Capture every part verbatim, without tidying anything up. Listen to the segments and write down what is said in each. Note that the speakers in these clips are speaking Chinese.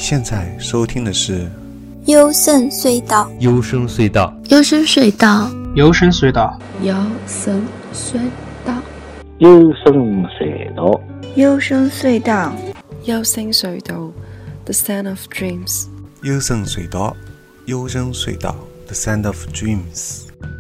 现在收听的是幽深隧道， 幽深隧道， 幽深隧道， 幽深隧道， 幽深隧道， 幽深隧道， 幽深隧道， 幽深隧道 The Sound of Dreams， 幽深隧道，幽深隧道 The Sound of Dreams。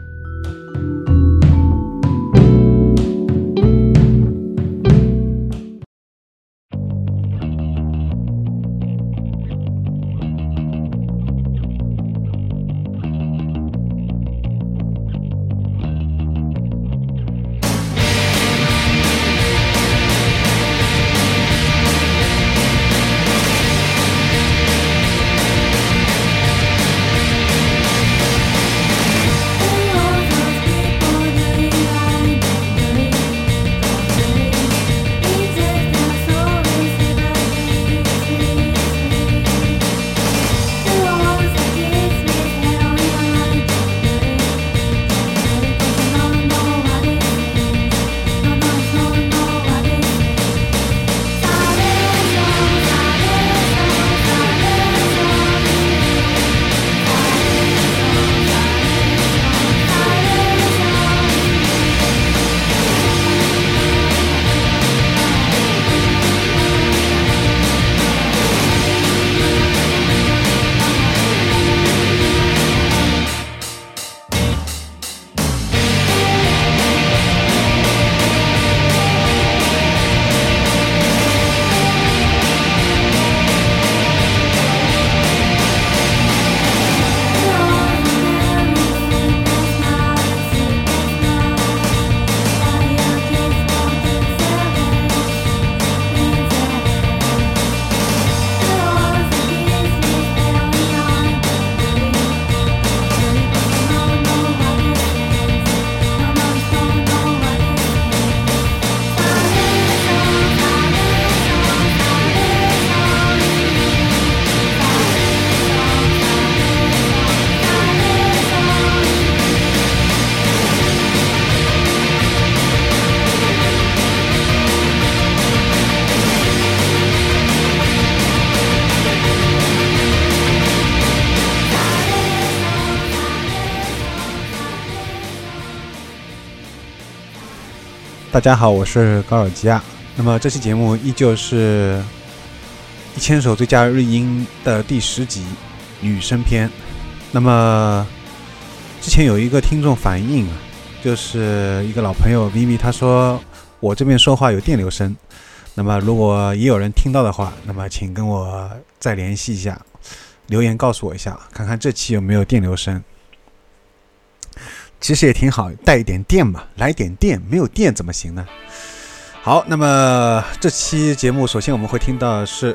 大家好，我是高尔基亚。那么这期节目依旧是一千首最佳日音的第十集女生篇。那么之前有一个听众反映，就是一个老朋友 Vivi， 他说我这边说话有电流声。那么如果也有人听到的话，那么请跟我再联系一下，留言告诉我一下，看看这期有没有电流声。其实也挺好，带一点电嘛，来点电，没有电怎么行呢？好，那么这期节目首先我们会听到的是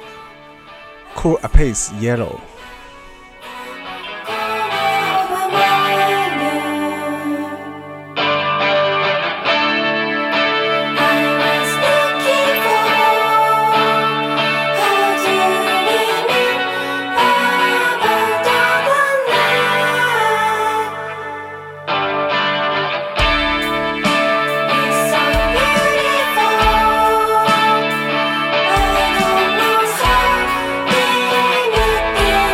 Cool Apace Yellow。 I don't know how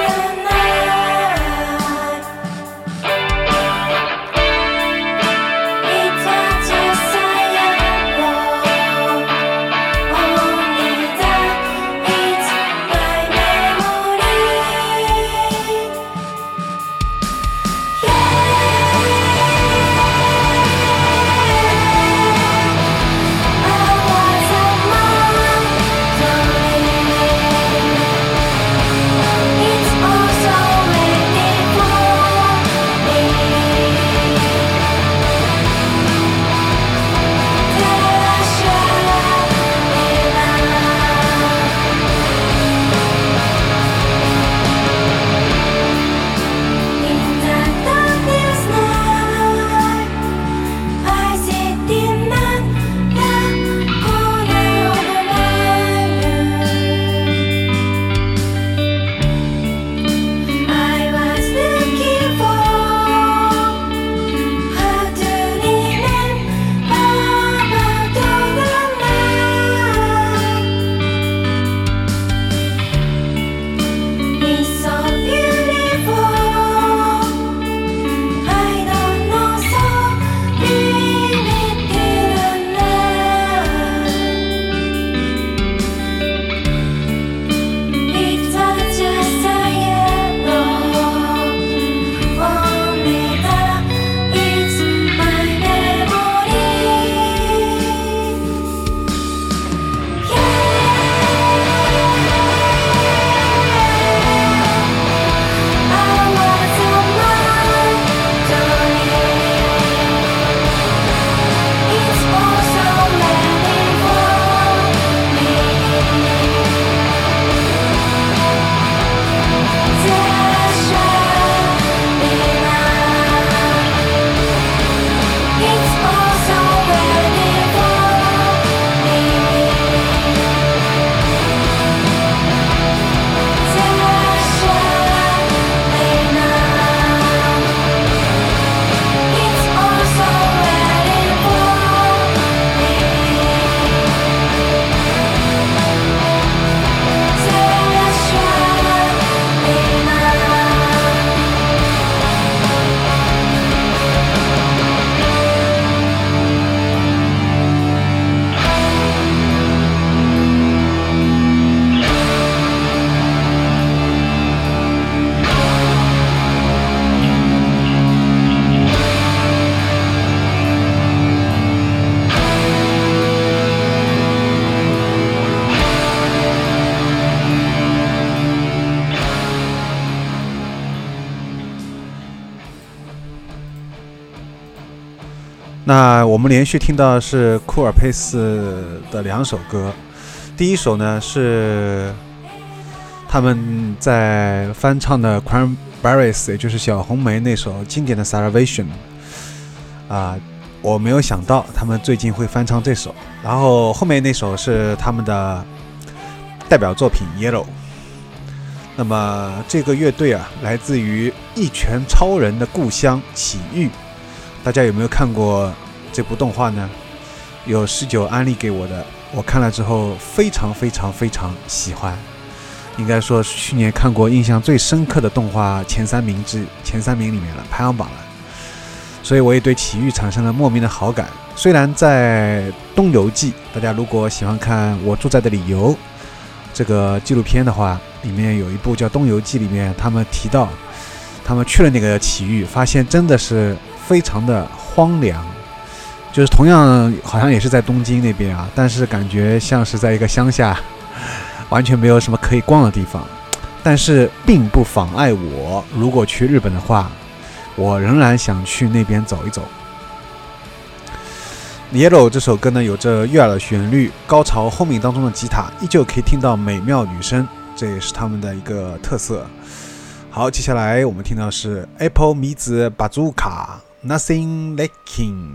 那我们连续听到的是库尔佩斯的两首歌，第一首呢是他们在翻唱的 Cranberries， 也就是小红莓那首经典的 Salvation 啊、呃，我没有想到他们最近会翻唱这首。然后后面那首是他们的代表作品 Yellow。那么这个乐队啊，来自于一拳超人的故乡启域。大家有没有看过这部动画呢？有十九安利给我的，我看了之后非常非常非常喜欢，应该说去年看过印象最深刻的动画前三名之前三名里面了，排行榜了。所以我也对启域产生了莫名的好感。虽然在东游记，大家如果喜欢看我住在的理由这个纪录片的话，里面有一部叫东游记，里面他们提到他们去了那个启域，发现真的是非常的荒凉，就是同样好像也是在东京那边啊，但是感觉像是在一个乡下，完全没有什么可以逛的地方。但是并不妨碍我如果去日本的话，我仍然想去那边走一走。Yellow 这首歌呢，有着悦耳的旋律，高潮轰鸣当中的吉他依旧可以听到美妙女声，这也是他们的一个特色。好，接下来我们听到是 Apple 米子 Bazooka Nothing Lacking。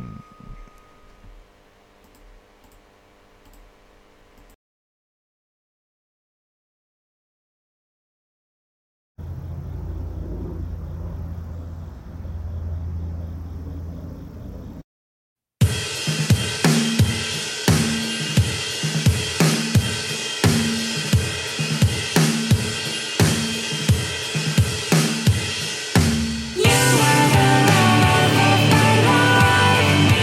You are the love of my life.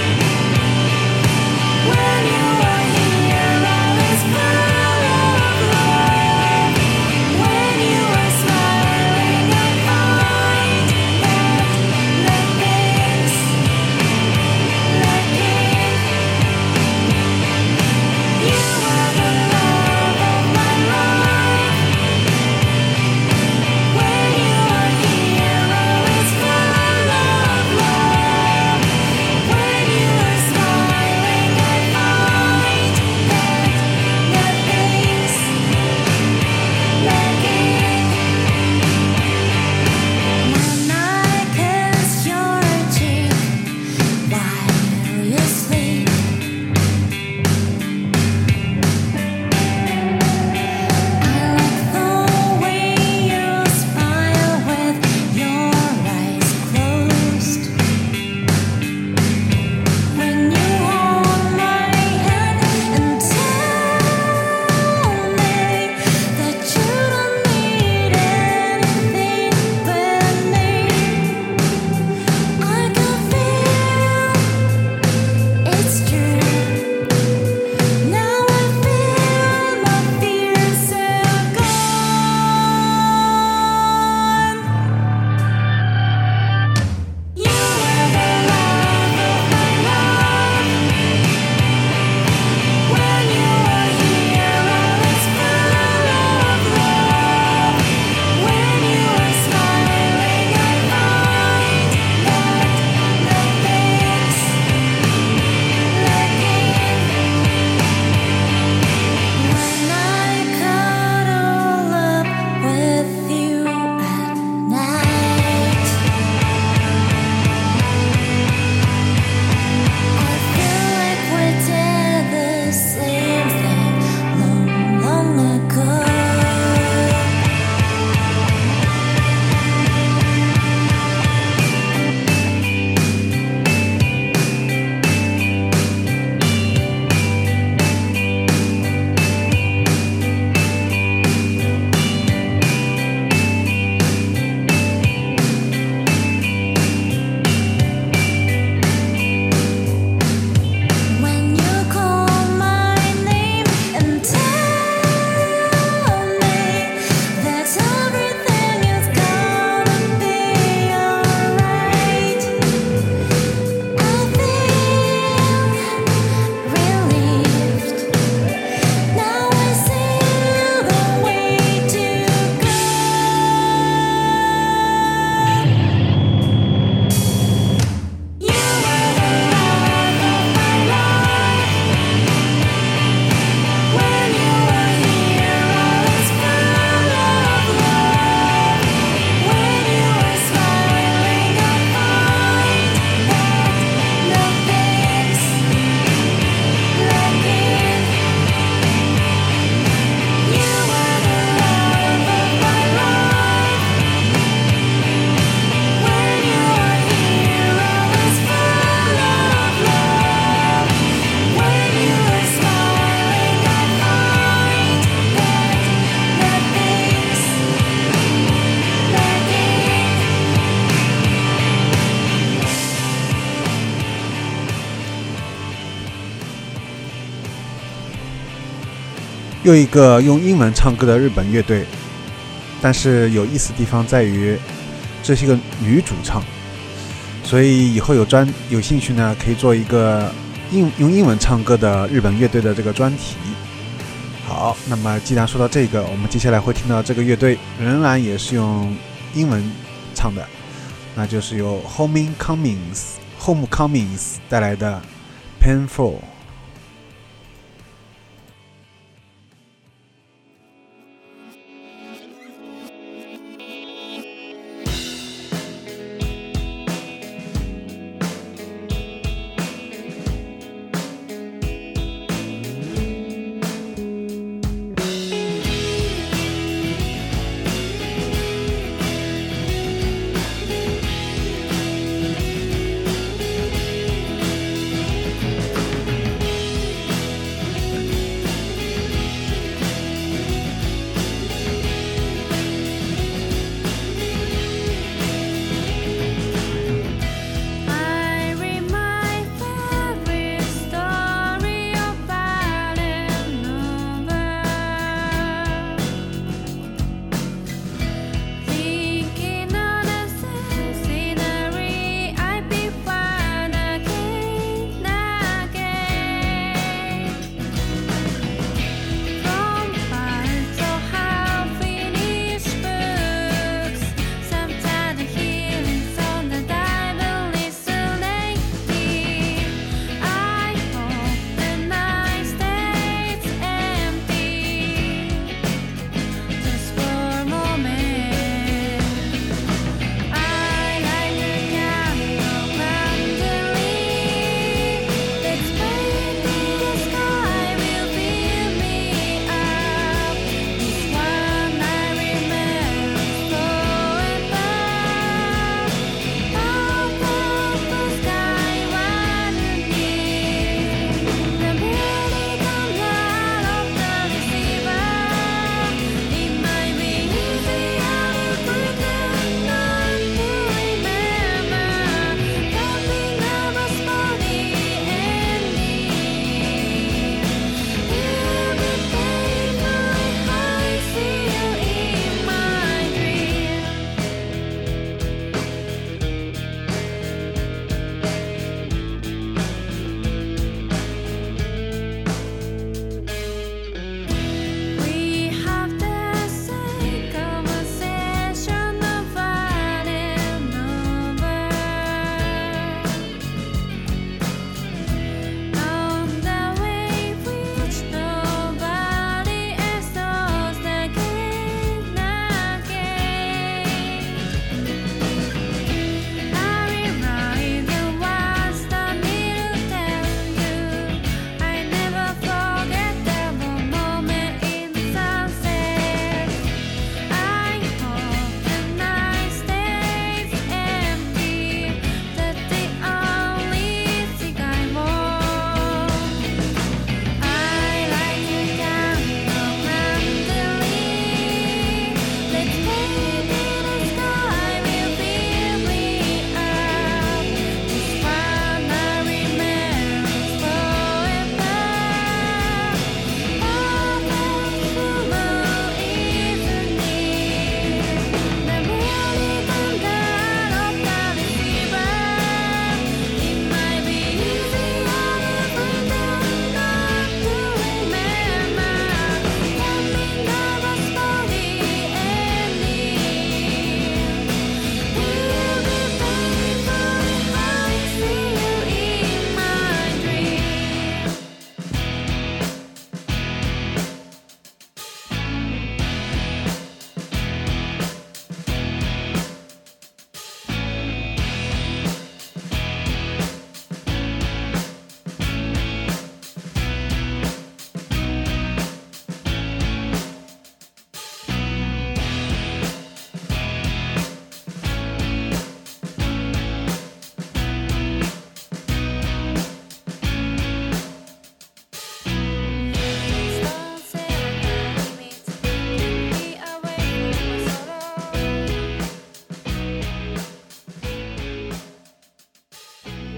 又一个用英文唱歌的日本乐队，但是有意思的地方在于这是一个女主唱，所以以后有专有兴趣呢，可以做一个英用英文唱歌的日本乐队的这个专题。好，那么既然说到这个，我们接下来会听到这个乐队仍然也是用英文唱的，那就是由 Homecomings Homecomings 带来的 Painful。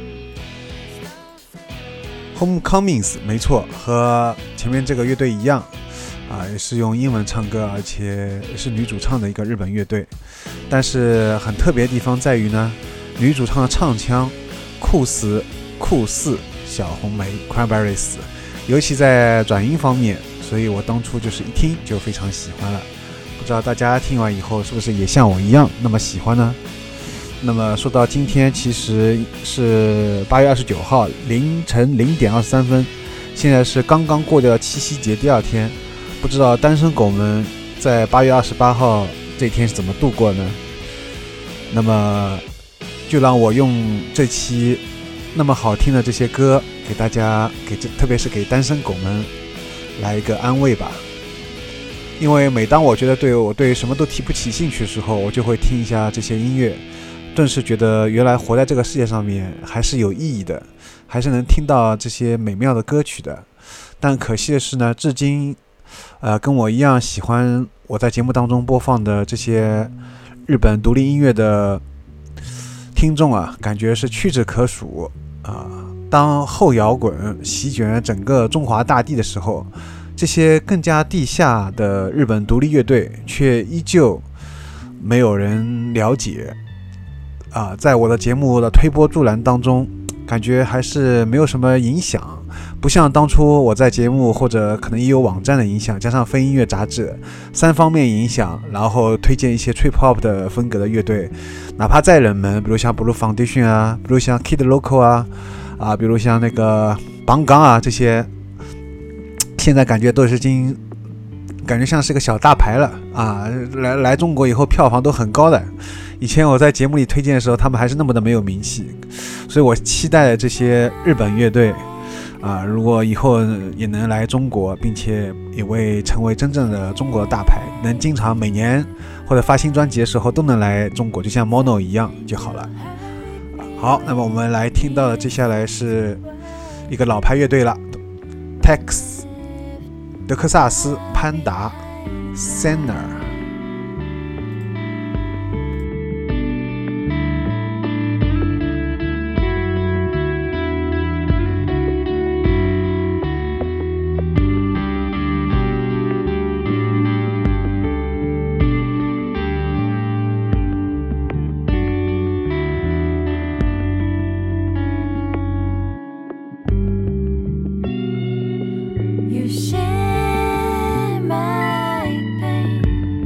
Homecomings 没错，和前面这个乐队一样， 啊，也是用英文唱歌，而且是女主唱的一个日本乐队。但是很特别的地方在于呢，女主唱的唱腔酷似酷似小红莓 Cranberries， 尤其在转音方面，所以我当初就是一听就非常喜欢了。不知道大家听完以后是不是也像我一样那么喜欢呢？那么说到今天，其实是八月二十九号凌晨零点二十三分，现在是刚刚过掉七夕节第二天。不知道单身狗们在八月二十八号这天是怎么度过呢？那么就让我用这期那么好听的这些歌给大家，给这特别是给单身狗们来一个安慰吧。因为每当我觉得对我对什么都提不起兴趣的时候，我就会听一下这些音乐，顿时觉得原来活在这个世界上面还是有意义的，还是能听到这些美妙的歌曲的。但可惜的是呢，至今呃，跟我一样喜欢我在节目当中播放的这些日本独立音乐的听众啊，感觉是屈指可数啊、呃。当后摇滚席卷整个中华大地的时候，这些更加地下的日本独立乐队却依旧没有人了解啊。在我的节目的推波助澜当中，感觉还是没有什么影响。不像当初我在节目或者可能也有网站的影响，加上非音乐杂志三方面影响，然后推荐一些 trip hop 的风格的乐队，哪怕再冷门，比如像 Blue Foundation 啊，比如像 Kid Local 啊，啊，比如像那个绑港啊，这些现在感觉都是已经感觉像是个小大牌了啊！来来中国以后票房都很高的。以前我在节目里推荐的时候，他们还是那么的没有名气，所以我期待这些日本乐队啊，如果以后也能来中国，并且也会成为真正的中国的大牌，能经常每年或者发新专辑的时候都能来中国，就像 Mono 一样就好了。好，那么我们来听到的接下来是一个老牌乐队了 ，Tex 德克萨斯潘达 Senner。 You share my pain.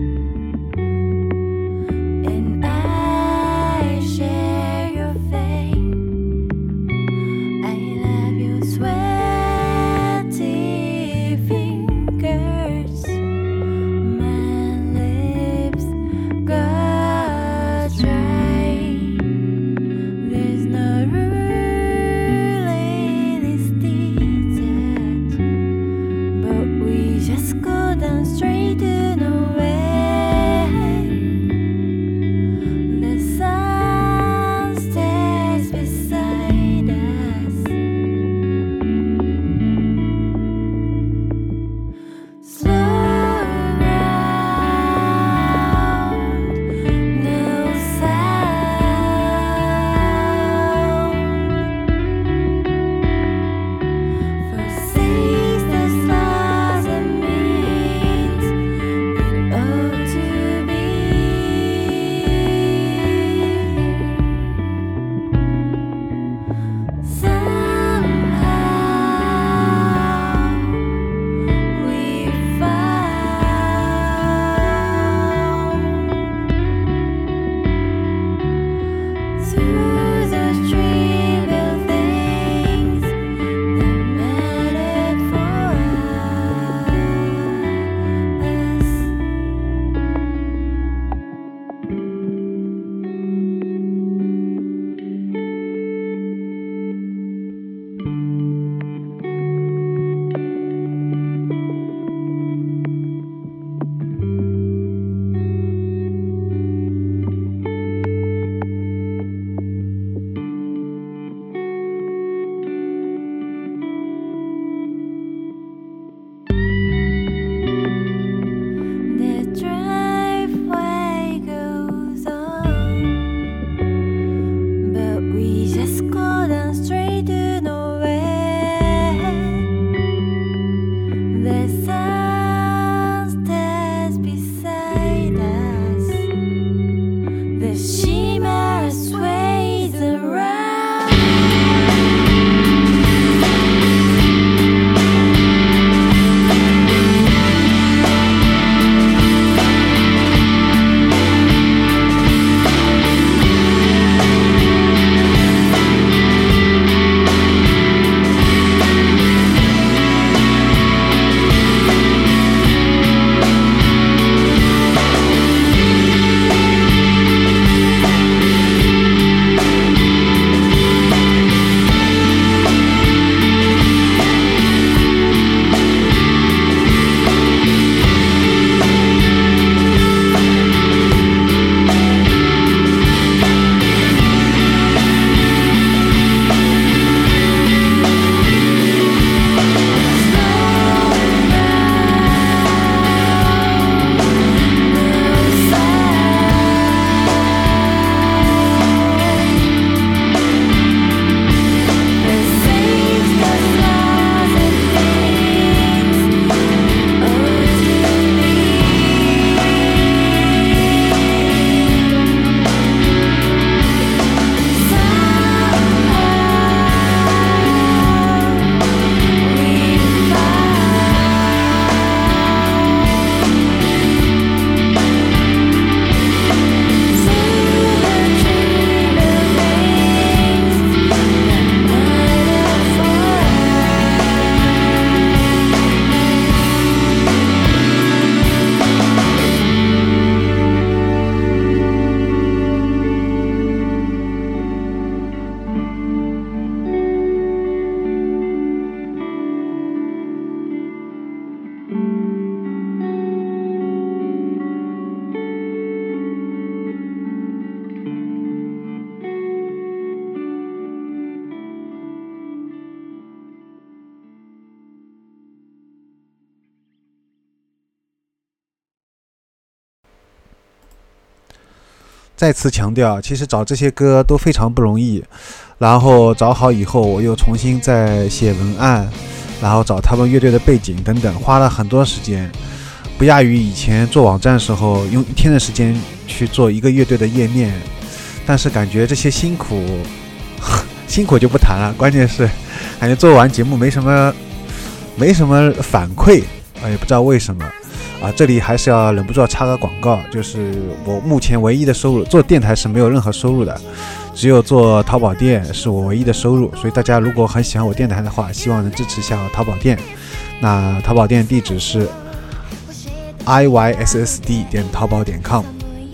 再次强调，其实找这些歌都非常不容易，然后找好以后我又重新再写文案，然后找他们乐队的背景等等，花了很多时间，不亚于以前做网站的时候用一天的时间去做一个乐队的页面。但是感觉这些辛苦辛苦就不谈了，关键是感觉做完节目没什么没什么反馈，啊，也不知道为什么啊。这里还是要忍不住要插个广告，就是我目前唯一的收入，做电台是没有任何收入的，只有做淘宝店是我唯一的收入。所以大家如果很喜欢我电台的话，希望能支持一下我淘宝店。那淘宝店地址是 i y s s d 点淘宝点 com。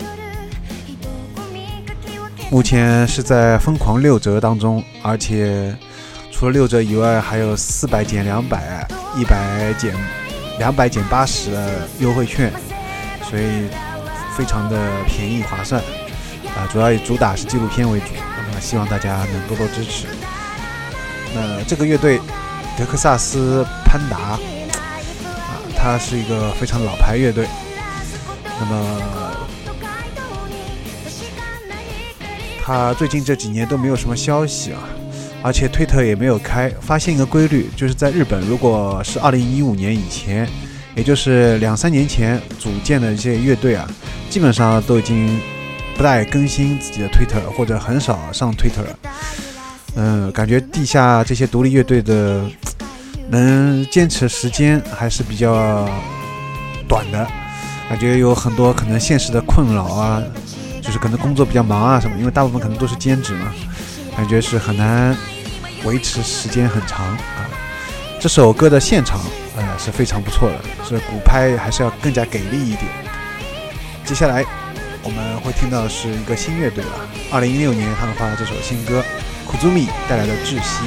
目前是在疯狂六折当中，而且除了六折以外，还有四百减两百、一百减两百减八十的优惠券，所以非常的便宜划算啊！主要以主打是纪录片为主，那么希望大家能多多支持。那这个乐队德克萨斯潘达啊，它是一个非常老牌乐队，那么他最近这几年都没有什么消息啊，而且推特也没有开。发现一个规律，就是在日本，如果是二零一五年以前，也就是两三年前组建的这些乐队啊，基本上都已经不再更新自己的推特，或者很少上推特了。嗯，感觉地下这些独立乐队的能坚持时间还是比较短的，感觉有很多可能现实的困扰啊。就是可能工作比较忙啊什么，因为大部分可能都是兼职嘛，感觉是很难维持时间很长啊。这首歌的现场呃是非常不错的，是鼓拍还是要更加给力一点。接下来我们会听到的是一个新乐队了，二零一六年他们发了这首新歌 Kuzumi 带来的窒息。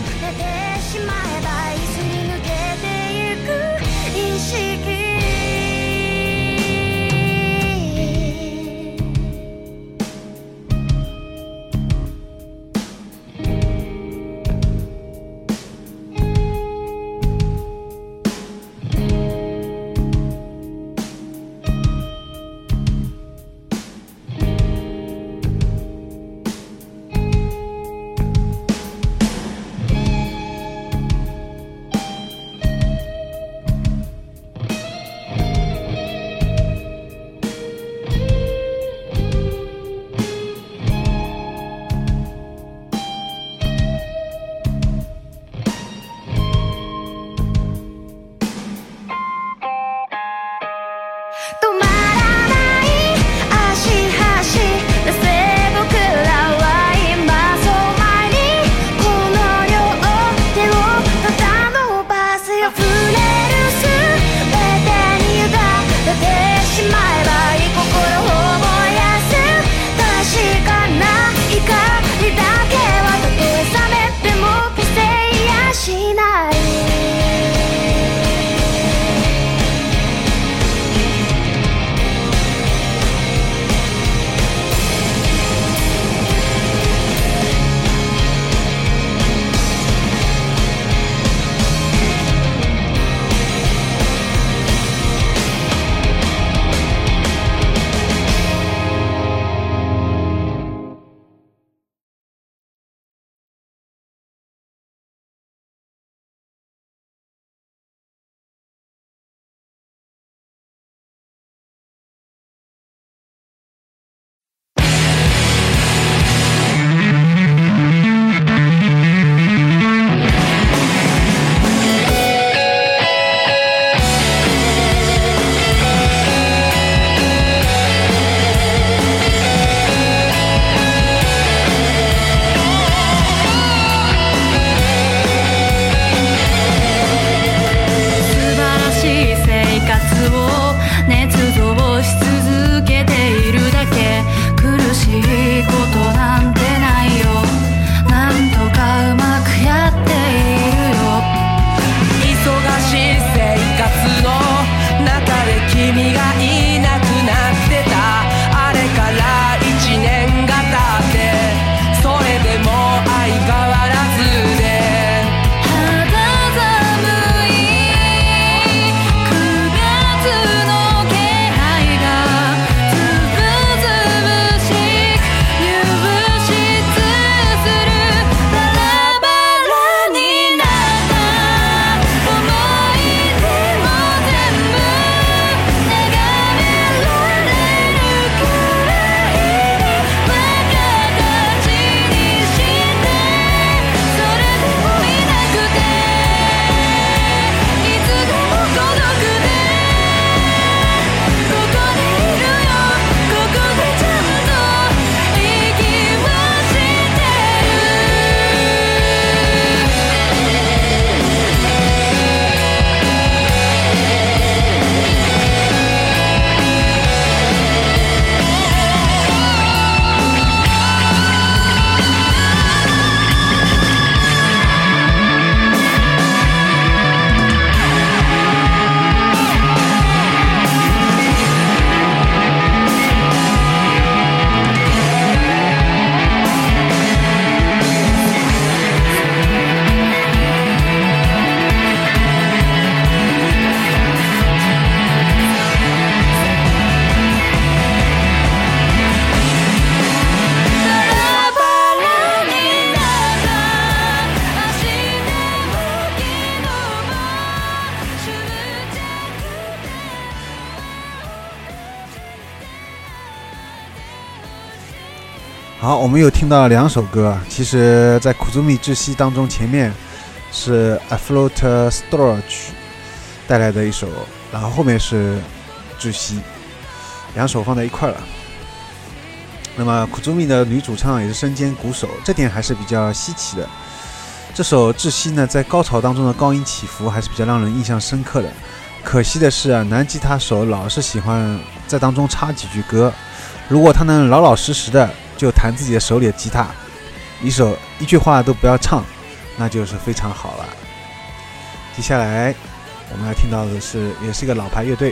好，我们又听到了两首歌，其实在苦祖米窒息当中，前面是 Afloat Storage 带来的一首，然后后面是窒息，两首放在一块了。那么苦祖米的女主唱也是身兼鼓手，这点还是比较稀奇的。这首窒息呢，在高潮当中的高音起伏还是比较让人印象深刻的。可惜的是啊，男吉他手老是喜欢在当中插几句歌，如果他能老老实实的就弹自己的手里的吉他，一首一句话都不要唱，那就是非常好了。接下来我们要听到的是，也是一个老牌乐队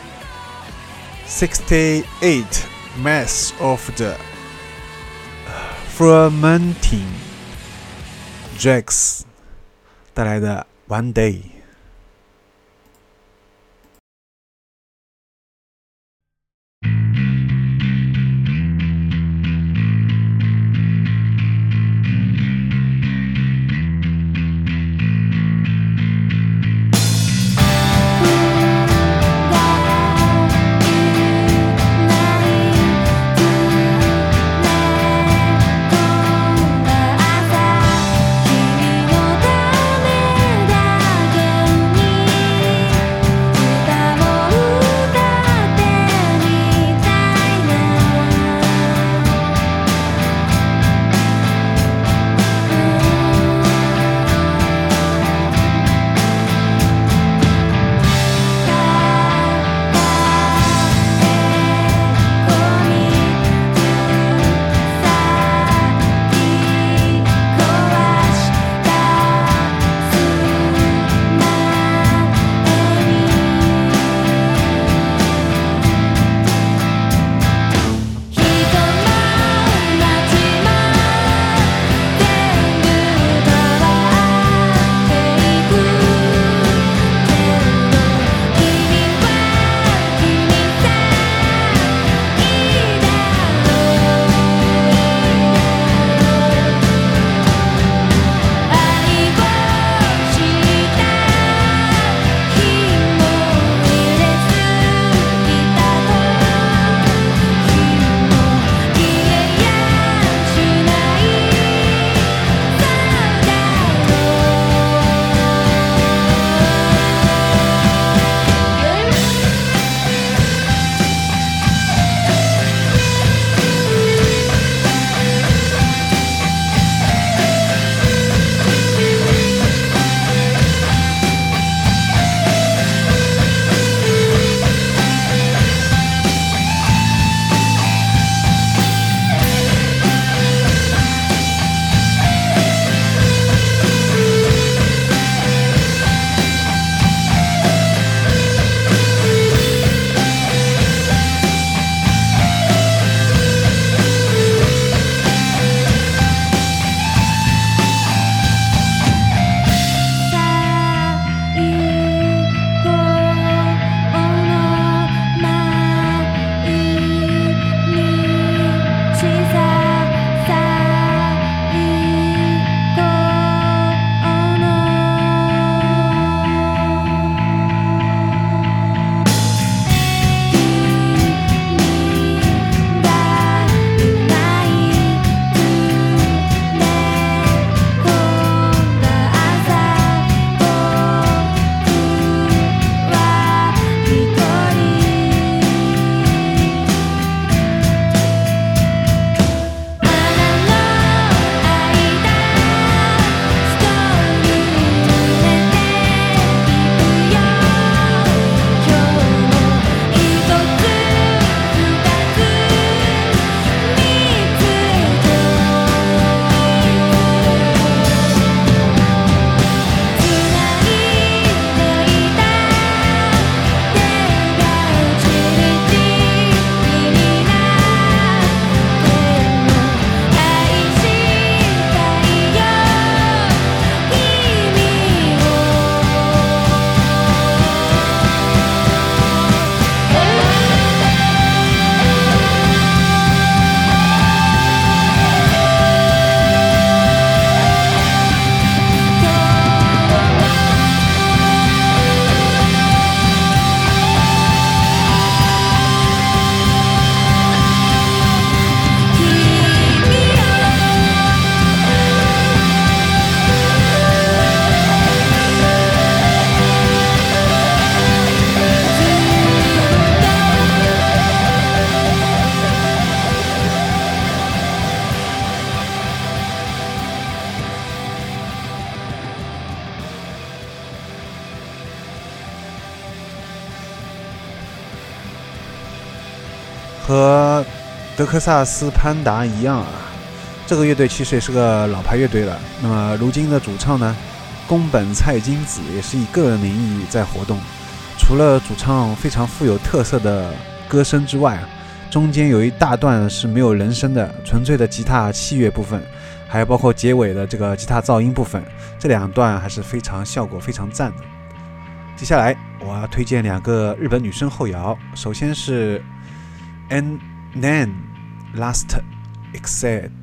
sixty-eight Mass of the Fermenting Dregs 带来的 One Day。 君のためだけ和德克萨斯潘达一样啊，这个乐队其实也是个老牌乐队了。那么如今的主唱呢，宫本菜金子也是以个人名义在活动。除了主唱非常富有特色的歌声之外啊，中间有一大段是没有人声的，纯粹的吉他器乐部分，还有包括结尾的这个吉他噪音部分，这两段还是非常效果非常赞的。接下来我要推荐两个日本女声后摇，首先是 And Then Last Exit。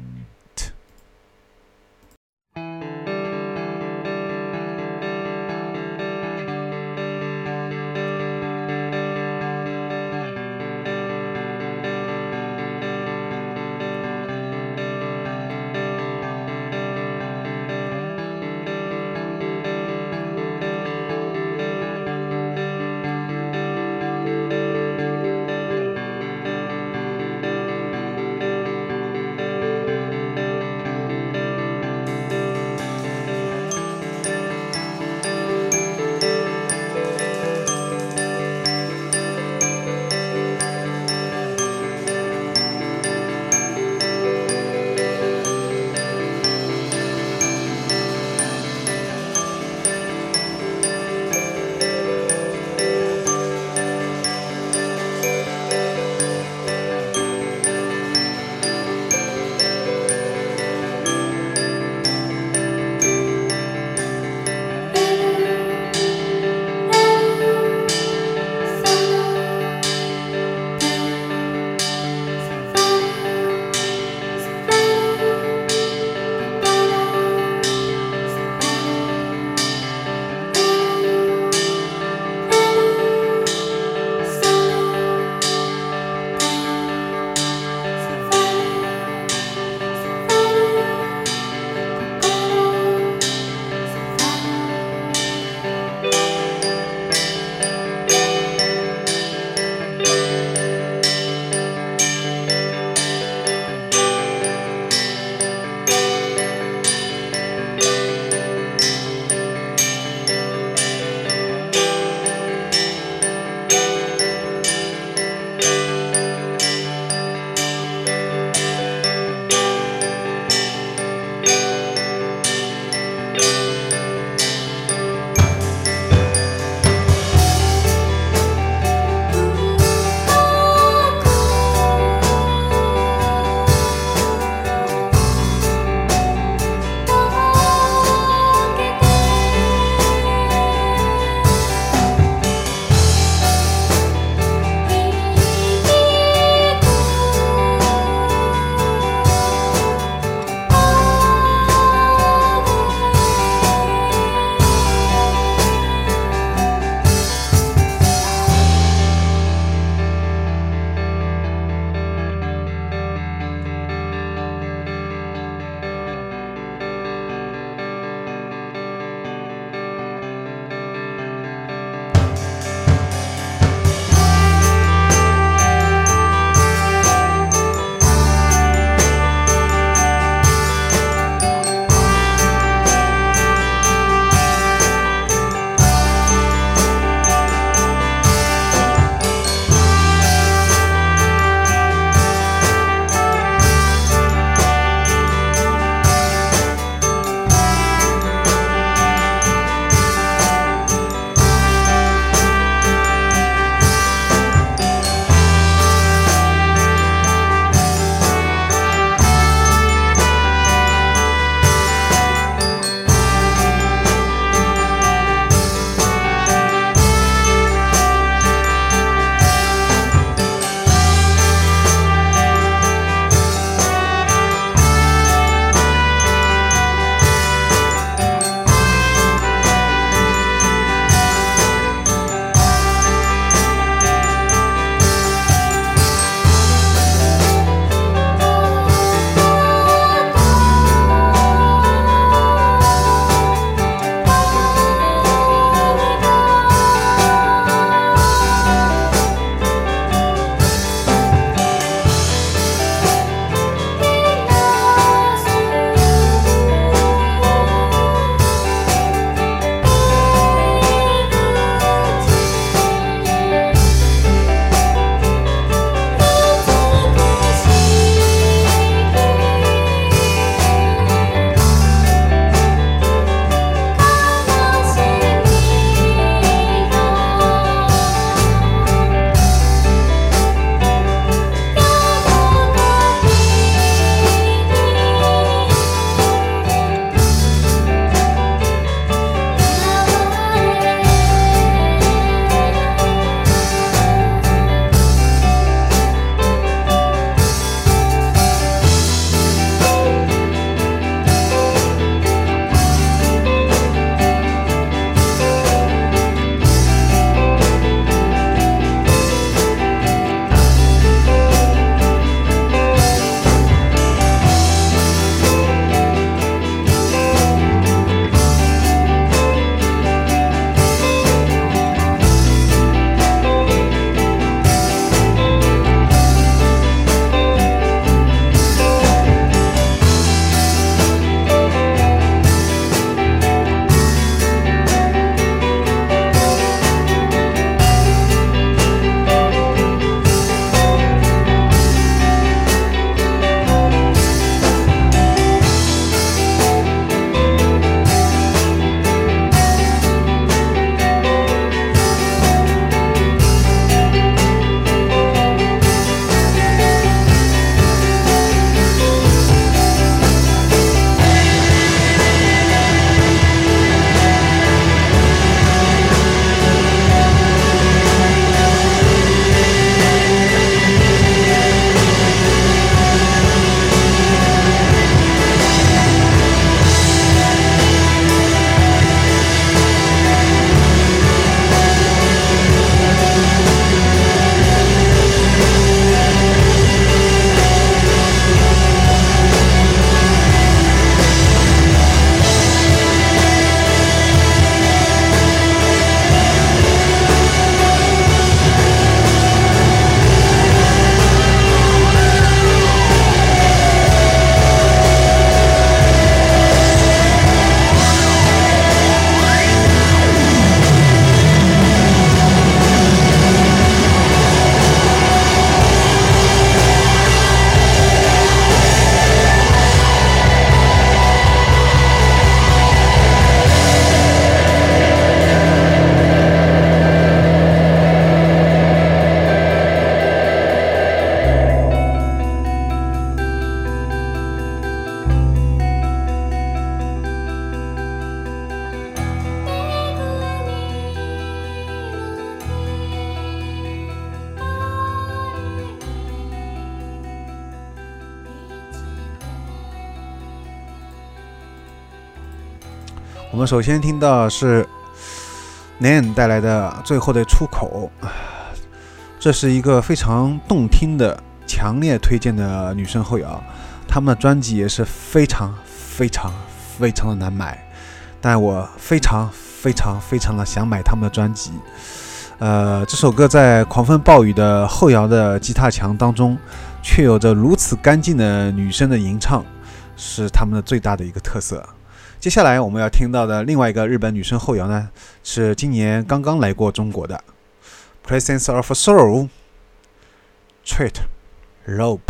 我们首先听到是 Nan 带来的《最后的出口》，这是一个非常动听的、强烈推荐的女生后摇。他们的专辑也是非常非常非常的难买，但我非常非常非常的想买他们的专辑。呃，这首歌在狂风暴雨的后摇的吉他墙当中，却有着如此干净的女生的吟唱，是他们的最大的一个特色。接下来我们要听到的另外一个日本女生后摇呢，是今年刚刚来过中国的 Presence of Soul Treat Rope。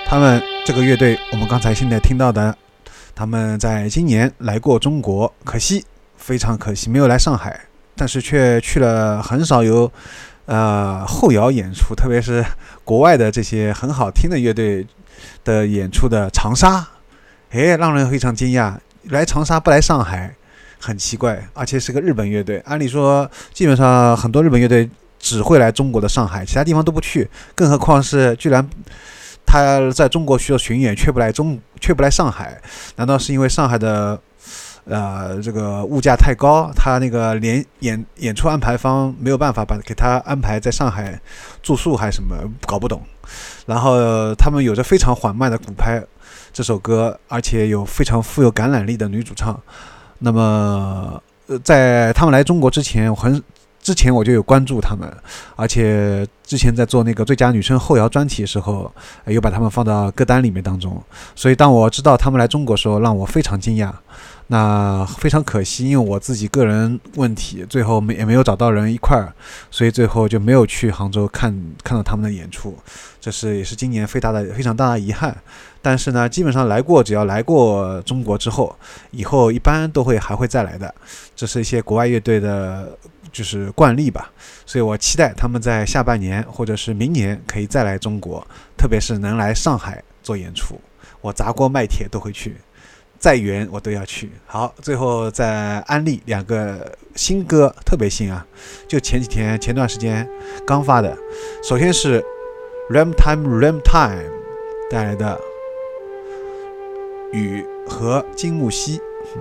他们这个乐队，我们刚才现在听到的，他们在今年来过中国，可惜，非常可惜，没有来上海，但是却去了很少有呃后摇演出，特别是国外的这些很好听的乐队的演出的长沙，诶，让人非常惊讶，来长沙不来上海，很奇怪，而且是个日本乐队，按理说基本上很多日本乐队只会来中国的上海，其他地方都不去，更何况是居然他在中国需要巡演，却不来中，却不来上海，难道是因为上海的呃这个物价太高，他那个连演演出安排方没有办法把给他安排在上海住宿还是什么，搞不懂。然后他们有着非常缓慢的鼓拍这首歌，而且有非常富有感染力的女主唱。那么在他们来中国之前，我很之前我就有关注他们，而且之前在做那个最佳女生后摇专题的时候，有把他们放到歌单里面当中。所以当我知道他们来中国的时候，让我非常惊讶。那非常可惜，因为我自己个人问题，最后没也没有找到人一块儿，所以最后就没有去杭州看看到他们的演出，这是也是今年非大的非常大的遗憾。但是呢，基本上来过，只要来过中国之后，以后一般都会还会再来的，这是一些国外乐队的就是惯例吧。所以我期待他们在下半年或者是明年可以再来中国，特别是能来上海做演出，我砸锅卖铁都会去。再远我都要去。好，最后再安利两个新歌，特别新啊，就前几天前段时间刚发的。首先是 Ram Time Ram Time 带来的雨和金木犀、嗯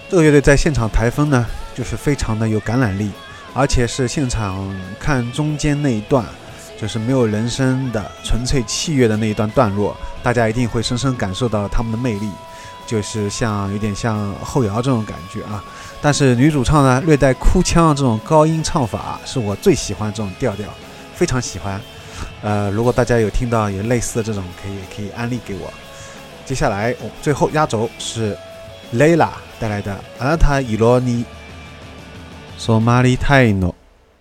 这个乐队在现场台风呢，就是非常的有感染力，而且是现场看中间那一段，就是没有人声的纯粹器乐的那一段段落，大家一定会深深感受到他们的魅力，就是像有点像后摇这种感觉啊。但是女主唱呢，略带哭腔这种高音唱法，是我最喜欢这种调调，非常喜欢。呃，如果大家有听到也类似的这种，可以可以安利给我。接下来、哦、最后压轴是 Layla 带来的あなた色に染まりたいの。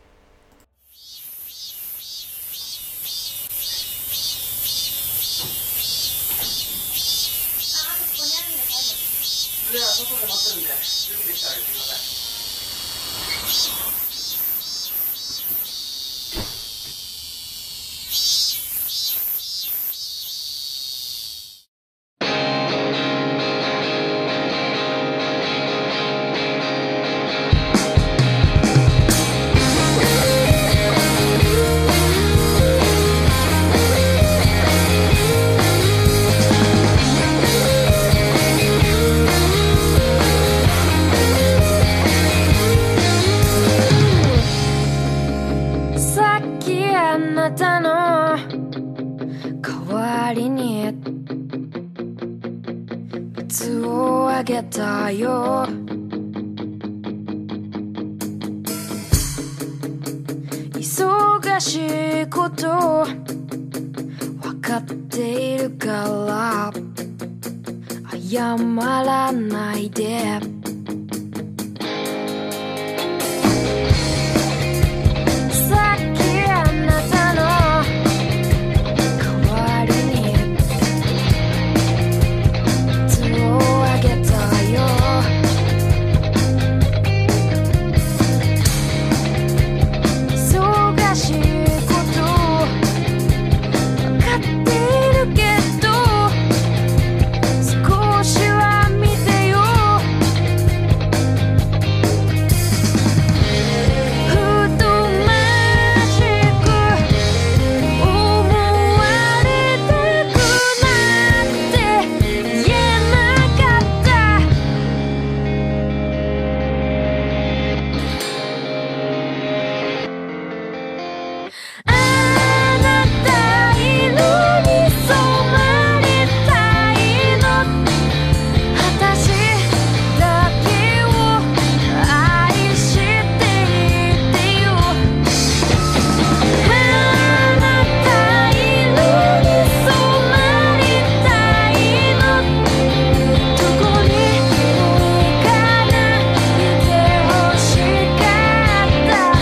忙しいこと分かっているから謝らないでさっきあなたの代わりに水をあげたよ忙しいこと分かっているけど少しは見てよふとましく思われたくなって言えなかったあなた色に染まりたいの私だけを愛していてよあなた色に染まりたいのどこにも行かないでほしかった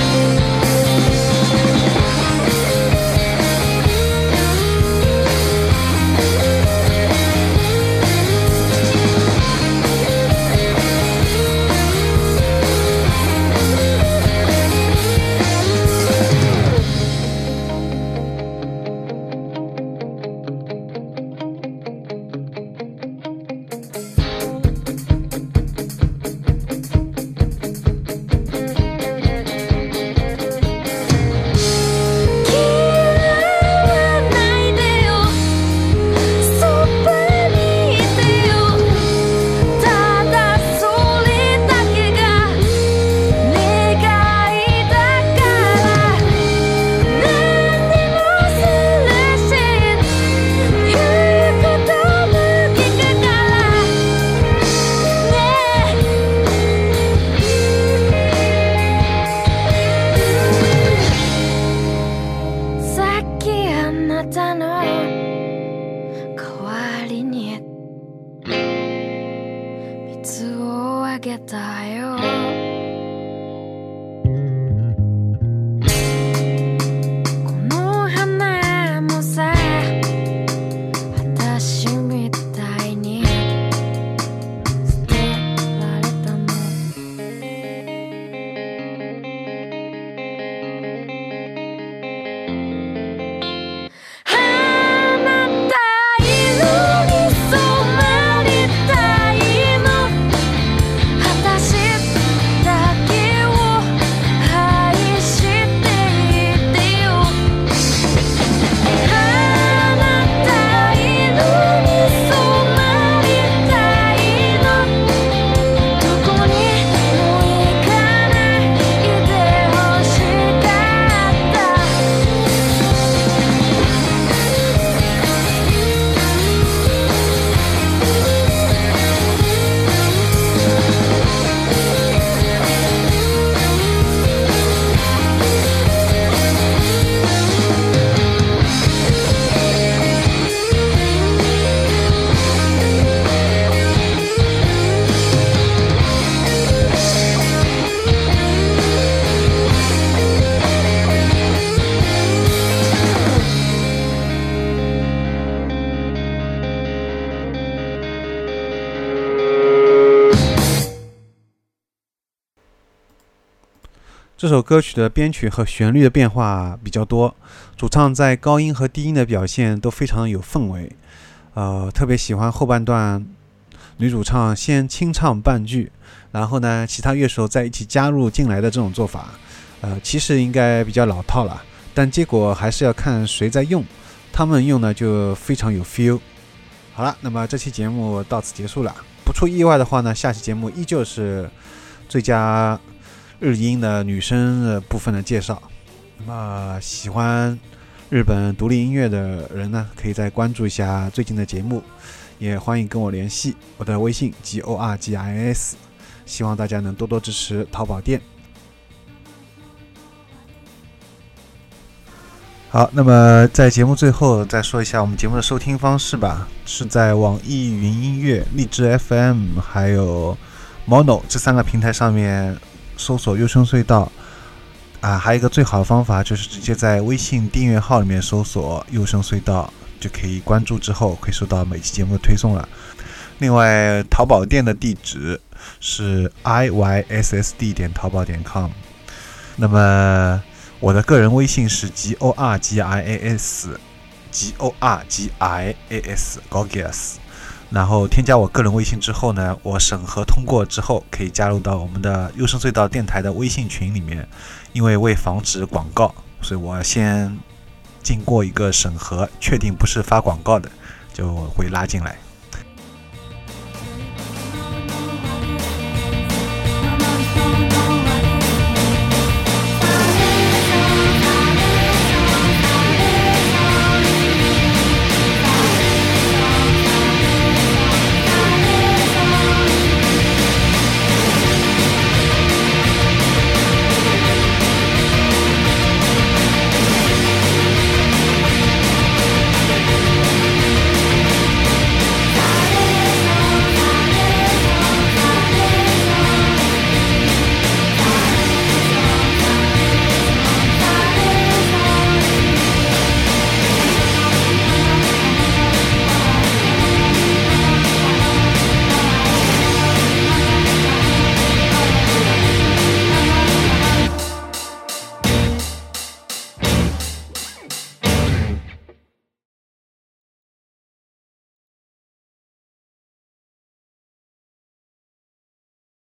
嫌わないでよそばにいてよただそれだけが願いだから何でもするし言うことも聞くからねさっきあなたの代わりに水をあげたよこの花もさ私みたいに捨てられたのあなた色に染まりたいの私这首歌曲的编曲和旋律的变化比较多，主唱在高音和低音的表现都非常有氛围。呃，特别喜欢后半段女主唱先清唱半句，然后呢其他乐手再一起加入进来的这种做法。呃，其实应该比较老套了，但结果还是要看谁在用，他们用呢就非常有 feel。 好了，那么这期节目到此结束了。不出意外的话呢，下期节目依旧是最佳日音的女生的部分的介绍。那么喜欢日本独立音乐的人呢，可以再关注一下最近的节目，也欢迎跟我联系，我的微信 G O R G I S， 希望大家能多多支持淘宝店。好，那么在节目最后再说一下我们节目的收听方式吧，是在网易云音乐、荔枝 F M 还有 Mono 这三个平台上面搜索优声隧道啊，还有一个最好的方法就是直接在微信订阅号里面搜索优声隧道，就可以关注之后可以收到每期节目的推送了。另外淘宝店的地址是 i y s s d 点淘宝点 com， 那么我的个人微信是 G O R G I A S G O R G I A S Gorgias， 然后添加我个人微信之后呢，我审核通过之后可以加入到我们的优声隧道电台的微信群里面，因为为防止广告，所以我先经过一个审核，确定不是发广告的就会拉进来。